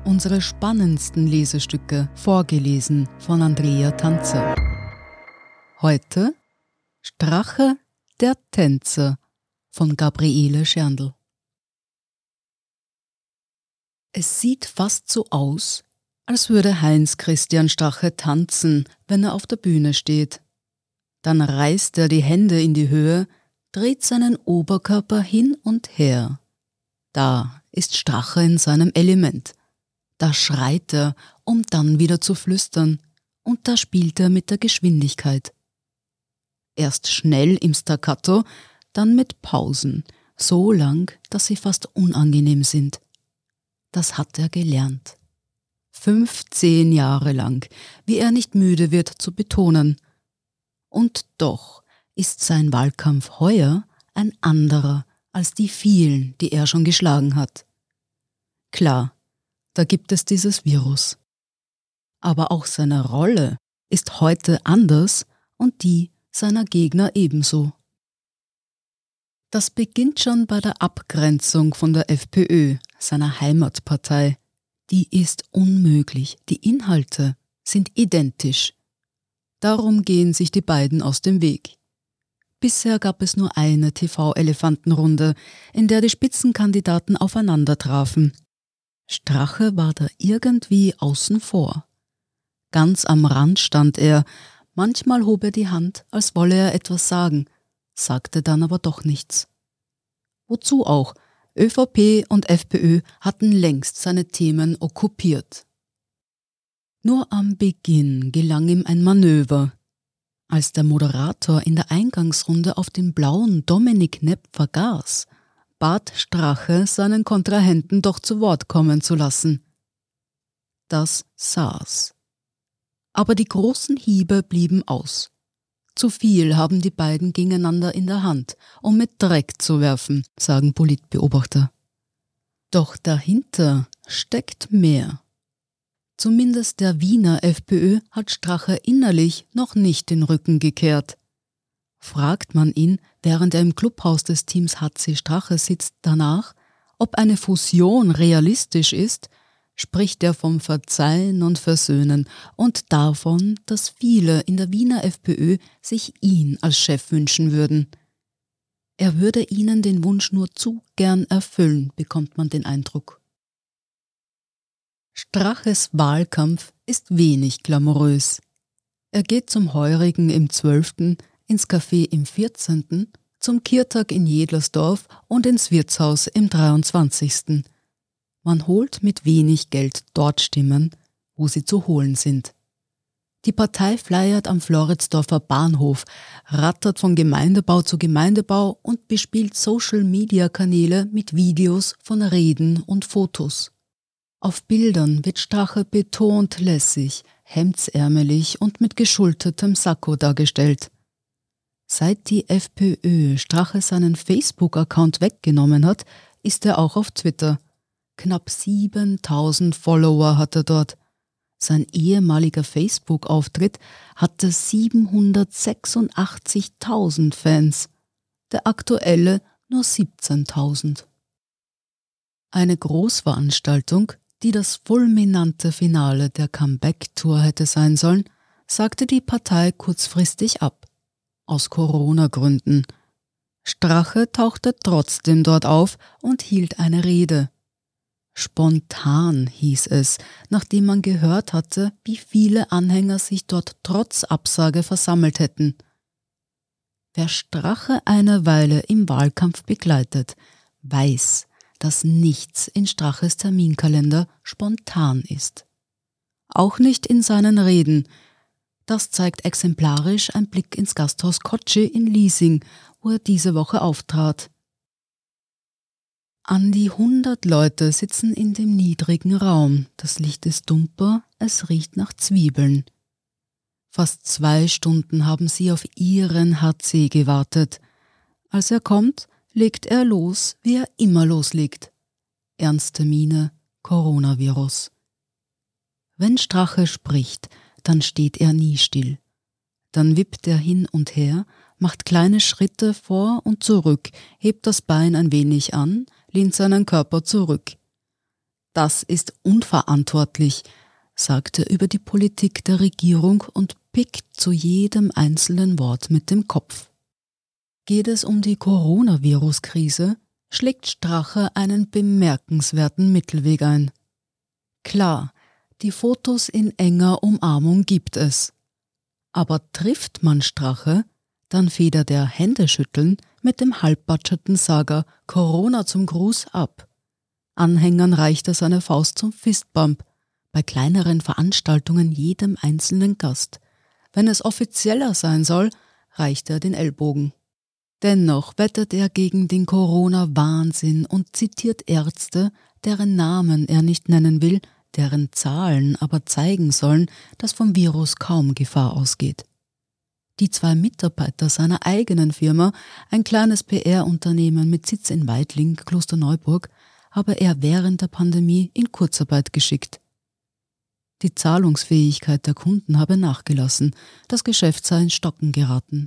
Unsere spannendsten Lesestücke, vorgelesen von Andrea Tanzer. Heute Strache, der Tänzer von Gabriele Scherndl. Es sieht fast so aus, als würde Heinz Christian Strache tanzen, wenn er auf der Bühne steht. Dann reißt er die Hände in die Höhe, dreht seinen Oberkörper hin und her. Da ist Strache in seinem Element. Da schreit er, um dann wieder zu flüstern, und da spielt er mit der Geschwindigkeit. Erst schnell im Staccato, dann mit Pausen, so lang, dass sie fast unangenehm sind. Das hat er gelernt. 15 Jahre lang, wie er nicht müde wird zu betonen. Und doch ist sein Wahlkampf heuer ein anderer als die vielen, die er schon geschlagen hat. Klar, da gibt es dieses Virus. Aber auch seine Rolle ist heute anders und die seiner Gegner ebenso. Das beginnt schon bei der Abgrenzung von der FPÖ, seiner Heimatpartei. Die ist unmöglich, die Inhalte sind identisch. Darum gehen sich die beiden aus dem Weg. Bisher gab es nur eine TV-Elefantenrunde, in der die Spitzenkandidaten aufeinander trafen. Strache war da irgendwie außen vor. Ganz am Rand stand er, manchmal hob er die Hand, als wolle er etwas sagen, sagte dann aber doch nichts. Wozu auch? ÖVP und FPÖ hatten längst seine Themen okkupiert. Nur am Beginn gelang ihm ein Manöver. Als der Moderator in der Eingangsrunde auf den blauen Dominik Knepp vergaß, bat Strache seinen Kontrahenten doch zu Wort kommen zu lassen. Das saß. Aber die großen Hiebe blieben aus. Zu viel haben die beiden gegeneinander in der Hand, um mit Dreck zu werfen, sagen Politbeobachter. Doch dahinter steckt mehr. Zumindest der Wiener FPÖ hat Strache innerlich noch nicht den Rücken gekehrt. Fragt man ihn, während er im Clubhaus des Teams HC Strache sitzt, danach, ob eine Fusion realistisch ist, spricht er vom Verzeihen und Versöhnen und davon, dass viele in der Wiener FPÖ sich ihn als Chef wünschen würden. Er würde ihnen den Wunsch nur zu gern erfüllen, bekommt man den Eindruck. Straches Wahlkampf ist wenig glamourös. Er geht zum Heurigen im 12., ins Café im 14., zum Kirtag in Jedlersdorf und ins Wirtshaus im 23. Man holt mit wenig Geld dort Stimmen, wo sie zu holen sind. Die Partei flyert am Floridsdorfer Bahnhof, rattert von Gemeindebau zu Gemeindebau und bespielt Social-Media-Kanäle mit Videos von Reden und Fotos. Auf Bildern wird Strache betont lässig, hemdsärmelig und mit geschultertem Sakko dargestellt. Seit die FPÖ Strache seinen Facebook-Account weggenommen hat, ist er auch auf Twitter. Knapp 7.000 Follower hat er dort. Sein ehemaliger Facebook-Auftritt hatte 786.000 Fans, der aktuelle nur 17.000. Eine Großveranstaltung, die das fulminante Finale der Comeback-Tour hätte sein sollen, sagte die Partei kurzfristig ab. Aus Corona-Gründen. Strache tauchte trotzdem dort auf und hielt eine Rede. Spontan hieß es, nachdem man gehört hatte, wie viele Anhänger sich dort trotz Absage versammelt hätten. Wer Strache eine Weile im Wahlkampf begleitet, weiß, dass nichts in Straches Terminkalender spontan ist. Auch nicht in seinen Reden. Das zeigt exemplarisch ein Blick ins Gasthaus Kotschi in Liesing, wo er diese Woche auftrat. An die 100 Leute sitzen in dem niedrigen Raum. Das Licht ist dumper, es riecht nach Zwiebeln. Fast 2 Stunden haben sie auf ihren HC gewartet. Als er kommt, legt er los, wie er immer loslegt. Ernste Miene, Coronavirus. Wenn Strache spricht, dann steht er nie still. Dann wippt er hin und her, macht kleine Schritte vor und zurück, hebt das Bein ein wenig an, lehnt seinen Körper zurück. Das ist unverantwortlich, sagt er über die Politik der Regierung und pickt zu jedem einzelnen Wort mit dem Kopf. Geht es um die Coronavirus-Krise, schlägt Strache einen bemerkenswerten Mittelweg ein. Klar, die Fotos in enger Umarmung gibt es. Aber trifft man Strache, dann federt er Händeschütteln mit dem halbbatscherten Sager Corona zum Gruß ab. Anhängern reicht er seine Faust zum Fistbump, bei kleineren Veranstaltungen jedem einzelnen Gast. Wenn es offizieller sein soll, reicht er den Ellbogen. Dennoch wettet er gegen den Corona-Wahnsinn und zitiert Ärzte, deren Namen er nicht nennen will, deren Zahlen aber zeigen sollen, dass vom Virus kaum Gefahr ausgeht. Die 2 Mitarbeiter seiner eigenen Firma, ein kleines PR-Unternehmen mit Sitz in Weidling, Klosterneuburg, habe er während der Pandemie in Kurzarbeit geschickt. Die Zahlungsfähigkeit der Kunden habe nachgelassen, das Geschäft sei ins Stocken geraten.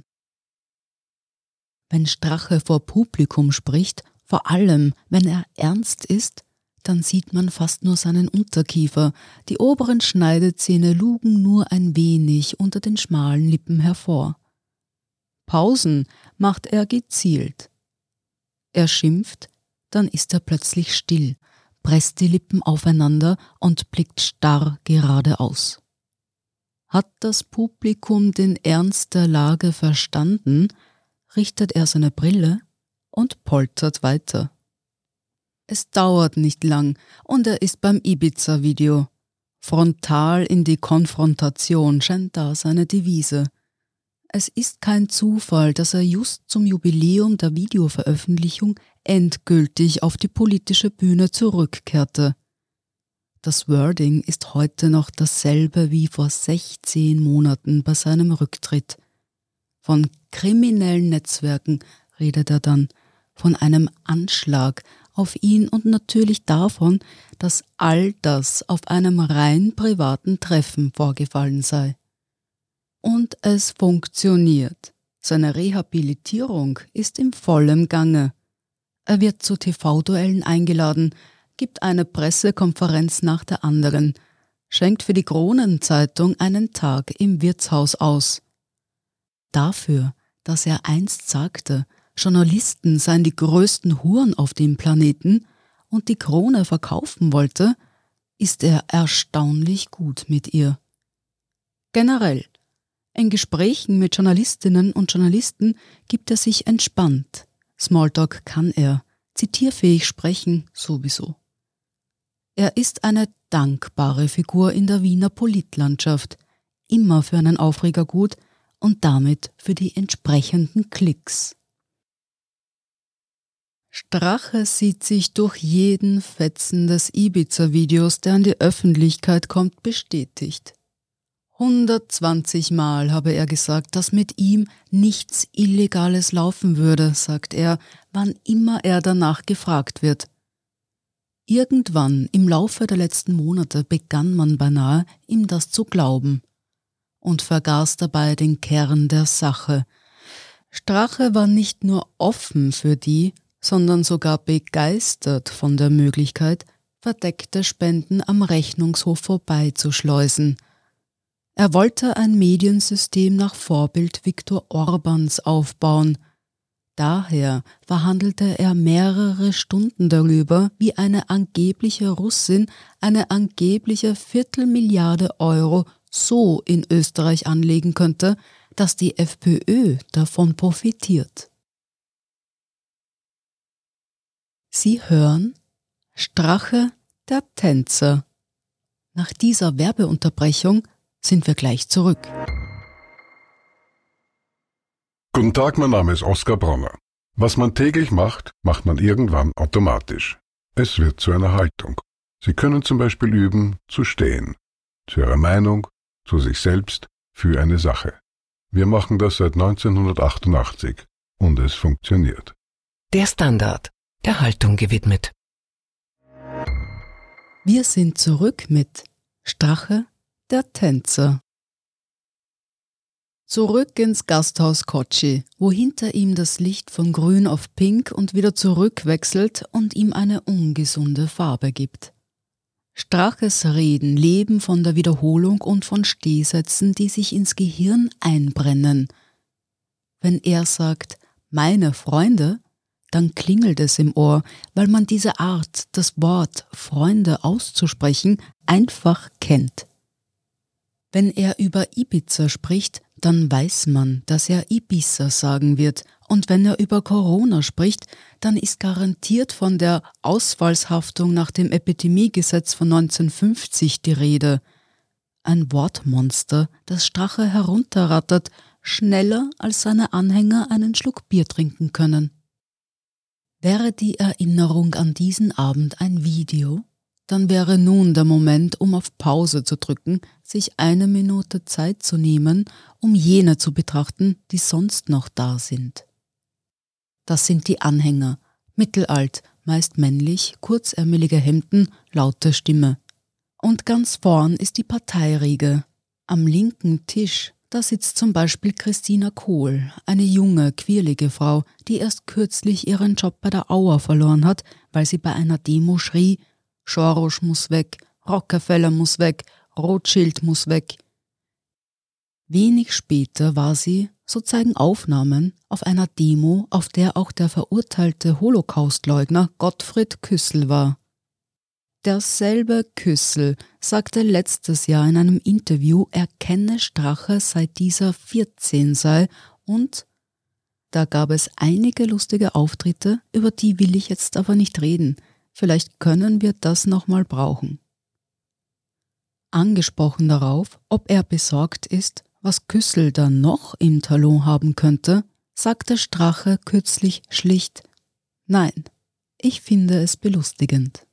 Wenn Strache vor Publikum spricht, vor allem wenn er ernst ist, dann sieht man fast nur seinen Unterkiefer, die oberen Schneidezähne lugen nur ein wenig unter den schmalen Lippen hervor. Pausen macht er gezielt. Er schimpft, dann ist er plötzlich still, presst die Lippen aufeinander und blickt starr geradeaus. Hat das Publikum den Ernst der Lage verstanden, richtet er seine Brille und poltert weiter. Es dauert nicht lang und er ist beim Ibiza-Video. Frontal in die Konfrontation scheint da seine Devise. Es ist kein Zufall, dass er just zum Jubiläum der Videoveröffentlichung endgültig auf die politische Bühne zurückkehrte. Das Wording ist heute noch dasselbe wie vor 16 Monaten bei seinem Rücktritt. Von kriminellen Netzwerken redet er dann, von einem Anschlag auf ihn und natürlich davon, dass all das auf einem rein privaten Treffen vorgefallen sei. Und es funktioniert. Seine Rehabilitierung ist im vollen Gange. Er wird zu TV-Duellen eingeladen, gibt eine Pressekonferenz nach der anderen, schenkt für die Kronenzeitung einen Tag im Wirtshaus aus. Dafür, dass er einst sagte, Journalisten seien die größten Huren auf dem Planeten und die Krone verkaufen wollte, ist er erstaunlich gut mit ihr. Generell, in Gesprächen mit Journalistinnen und Journalisten gibt er sich entspannt. Smalltalk kann er, zitierfähig sprechen sowieso. Er ist eine dankbare Figur in der Wiener Politlandschaft, immer für einen Aufreger gut und damit für die entsprechenden Klicks. Strache sieht sich durch jeden Fetzen des Ibiza-Videos, der an die Öffentlichkeit kommt, bestätigt. 120 Mal habe er gesagt, dass mit ihm nichts Illegales laufen würde, sagt er, wann immer er danach gefragt wird. Irgendwann im Laufe der letzten Monate begann man beinahe, ihm das zu glauben und vergaß dabei den Kern der Sache. Strache war nicht nur offen für die, sondern sogar begeistert von der Möglichkeit, verdeckte Spenden am Rechnungshof vorbeizuschleusen. Er wollte ein Mediensystem nach Vorbild Viktor Orbáns aufbauen. Daher verhandelte er mehrere Stunden darüber, wie eine angebliche Russin eine angebliche 250 Millionen Euro so in Österreich anlegen könnte, dass die FPÖ davon profitiert. Sie hören Strache, der Tänzer. Nach dieser Werbeunterbrechung sind wir gleich zurück. Guten Tag, mein Name ist Oskar Bronner. Was man täglich macht, macht man irgendwann automatisch. Es wird zu einer Haltung. Sie können zum Beispiel üben, zu stehen. Zu Ihrer Meinung, zu sich selbst, für eine Sache. Wir machen das seit 1988 und es funktioniert. Der Standard, der Haltung gewidmet. Wir sind zurück mit Strache, der Tänzer. Zurück ins Gasthaus Kotschi, wo hinter ihm das Licht von grün auf pink und wieder zurückwechselt und ihm eine ungesunde Farbe gibt. Straches Reden leben von der Wiederholung und von Stehsätzen, die sich ins Gehirn einbrennen. Wenn er sagt, meine Freunde, dann klingelt es im Ohr, weil man diese Art, das Wort Freunde auszusprechen, einfach kennt. Wenn er über Ibiza spricht, dann weiß man, dass er Ibiza sagen wird. Und wenn er über Corona spricht, dann ist garantiert von der Ausfallshaftung nach dem Epidemiegesetz von 1950 die Rede. Ein Wortmonster, das Strache herunterrattert, schneller als seine Anhänger einen Schluck Bier trinken können. Wäre die Erinnerung an diesen Abend ein Video, dann wäre nun der Moment, um auf Pause zu drücken, sich 1 Minute Zeit zu nehmen, um jene zu betrachten, die sonst noch da sind. Das sind die Anhänger, mittelalt, meist männlich, kurzärmelige Hemden, laute Stimme. Und ganz vorn ist die Parteiriege. Am linken Tisch, da sitzt zum Beispiel Christina Kohl, eine junge, quirlige Frau, die erst kürzlich ihren Job bei der Auer verloren hat, weil sie bei einer Demo schrie, Soros muss weg, Rockefeller muss weg, Rothschild muss weg. Wenig später war sie, so zeigen Aufnahmen, auf einer Demo, auf der auch der verurteilte Holocaustleugner Gottfried Küssel war. Derselbe Küssel sagte letztes Jahr in einem Interview, er kenne Strache seit dieser 14 sei und da gab es einige lustige Auftritte, über die will ich jetzt aber nicht reden. Vielleicht können wir das nochmal brauchen. Angesprochen darauf, ob er besorgt ist, was Küssel da noch im Talon haben könnte, sagte Strache kürzlich schlicht, nein, ich finde es belustigend.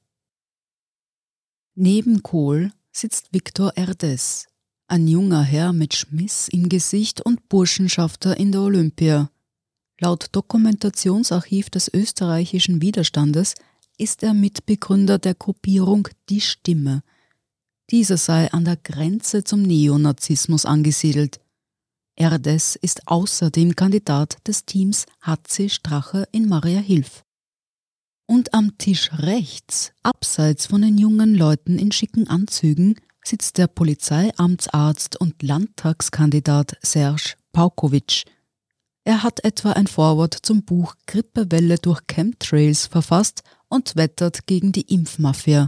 Neben Kohl sitzt Viktor Erdes, ein junger Herr mit Schmiss im Gesicht und Burschenschafter in der Olympia. Laut Dokumentationsarchiv des österreichischen Widerstandes ist er Mitbegründer der Gruppierung Die Stimme. Diese sei an der Grenze zum Neonazismus angesiedelt. Erdes ist außerdem Kandidat des Teams HC Strache in Mariahilf. Und am Tisch rechts, abseits von den jungen Leuten in schicken Anzügen, sitzt der Polizeiamtsarzt und Landtagskandidat Serge Paukovic. Er hat etwa ein Vorwort zum Buch Grippewelle durch Chemtrails verfasst und wettert gegen die Impfmafia.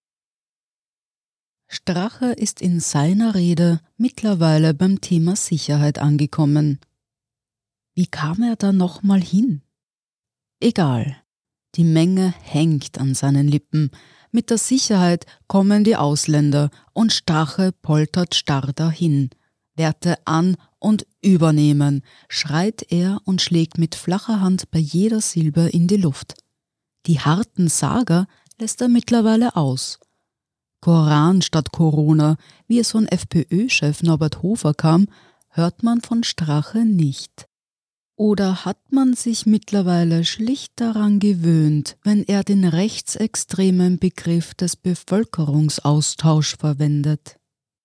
Strache ist in seiner Rede mittlerweile beim Thema Sicherheit angekommen. Wie kam er da nochmal hin? Egal, die Menge hängt an seinen Lippen. Mit der Sicherheit kommen die Ausländer und Strache poltert starr dahin. Werte an und übernehmen, schreit er und schlägt mit flacher Hand bei jeder Silbe in die Luft. Die harten Sager lässt er mittlerweile aus. Koran statt Corona, wie es von FPÖ-Chef Norbert Hofer kam, hört man von Strache nicht. Oder hat man sich mittlerweile schlicht daran gewöhnt, wenn er den rechtsextremen Begriff des Bevölkerungsaustauschs verwendet?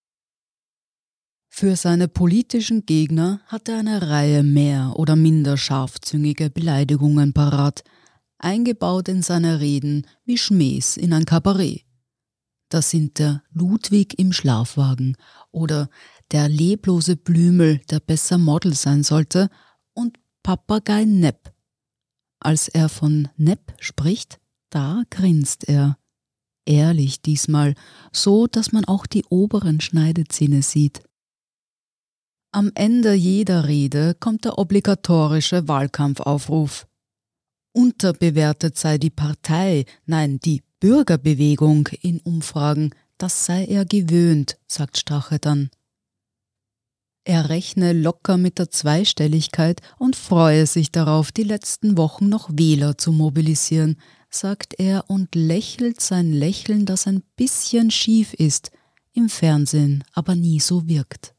Für seine politischen Gegner hat er eine Reihe mehr oder minder scharfzüngige Beleidigungen parat, eingebaut in seine Reden wie Schmähs in ein Kabarett. Das sind der Ludwig im Schlafwagen oder der leblose Blümel, der besser Model sein sollte, und Papagei Nepp. Als er von Nepp spricht, da grinst er. Ehrlich diesmal, so dass man auch die oberen Schneidezähne sieht. Am Ende jeder Rede kommt der obligatorische Wahlkampfaufruf. Unterbewertet sei die Partei, nein, die Bürgerbewegung in Umfragen, das sei er gewöhnt, sagt Strache dann. Er rechne locker mit der Zweistelligkeit und freue sich darauf, die letzten Wochen noch Wähler zu mobilisieren, sagt er und lächelt sein Lächeln, das ein bisschen schief ist, im Fernsehen aber nie so wirkt.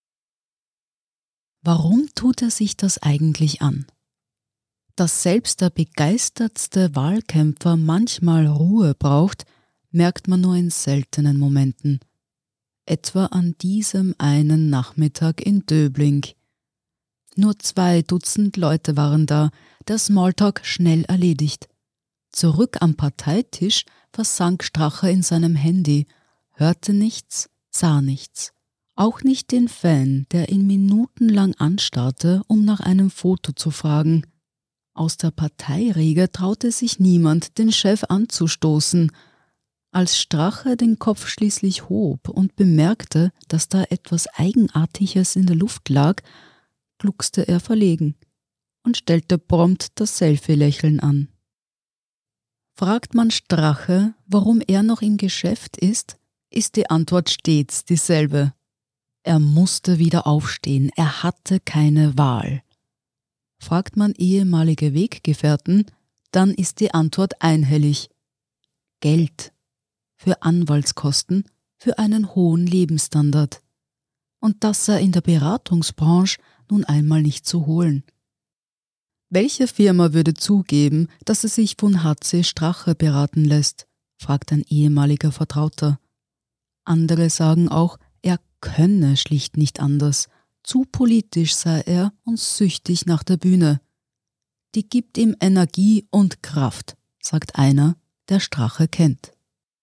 Warum tut er sich das eigentlich an? Dass selbst der begeistertste Wahlkämpfer manchmal Ruhe braucht, merkt man nur in seltenen Momenten. Etwa an diesem einen Nachmittag in Döbling. Nur 2 Dutzend Leute waren da, der Smalltalk schnell erledigt. Zurück am Parteitisch versank Strache in seinem Handy, hörte nichts, sah nichts. Auch nicht den Fan, der ihn minutenlang anstarrte, um nach einem Foto zu fragen. Aus der Parteiriege traute sich niemand, den Chef anzustoßen. Als Strache den Kopf schließlich hob und bemerkte, dass da etwas Eigenartiges in der Luft lag, gluckste er verlegen und stellte prompt das Selfie-Lächeln an. Fragt man Strache, warum er noch im Geschäft ist die Antwort stets dieselbe. Er musste wieder aufstehen, er hatte keine Wahl. Fragt man ehemalige Weggefährten, dann ist die Antwort einhellig. Geld. Für Anwaltskosten, für einen hohen Lebensstandard. Und das sei in der Beratungsbranche nun einmal nicht zu holen. Welche Firma würde zugeben, dass es sich von HC Strache beraten lässt, fragt ein ehemaliger Vertrauter. Andere sagen auch, er könne schlicht nicht anders. Zu politisch sei er und süchtig nach der Bühne. Die gibt ihm Energie und Kraft, sagt einer, der Strache kennt.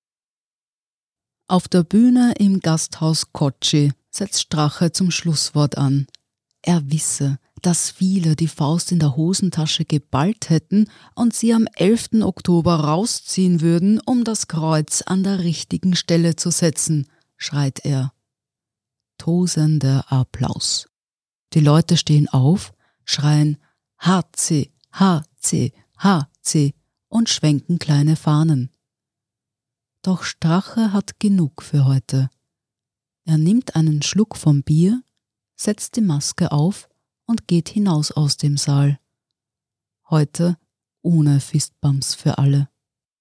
Auf der Bühne im Gasthaus Kotschi setzt Strache zum Schlusswort an. Er wisse, dass viele die Faust in der Hosentasche geballt hätten und sie am 11. Oktober rausziehen würden, um das Kreuz an der richtigen Stelle zu setzen, schreit er. Tosender Applaus. Die Leute stehen auf, schreien HC, HC, HC und schwenken kleine Fahnen. Doch Strache hat genug für heute. Er nimmt einen Schluck vom Bier, setzt die Maske auf und geht hinaus aus dem Saal. Heute ohne Fistbumps für alle.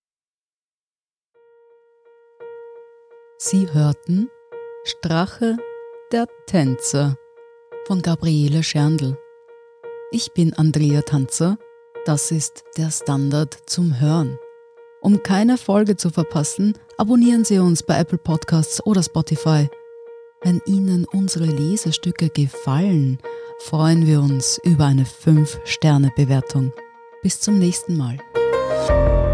Sie hörten Strache, der Tänzer von Gabriele Scherndl. Ich bin Andrea Tanzer, das ist der Standard zum Hören. Um keine Folge zu verpassen, abonnieren Sie uns bei Apple Podcasts oder Spotify. Wenn Ihnen unsere Lesestücke gefallen, freuen wir uns über eine 5-Sterne-Bewertung. Bis zum nächsten Mal.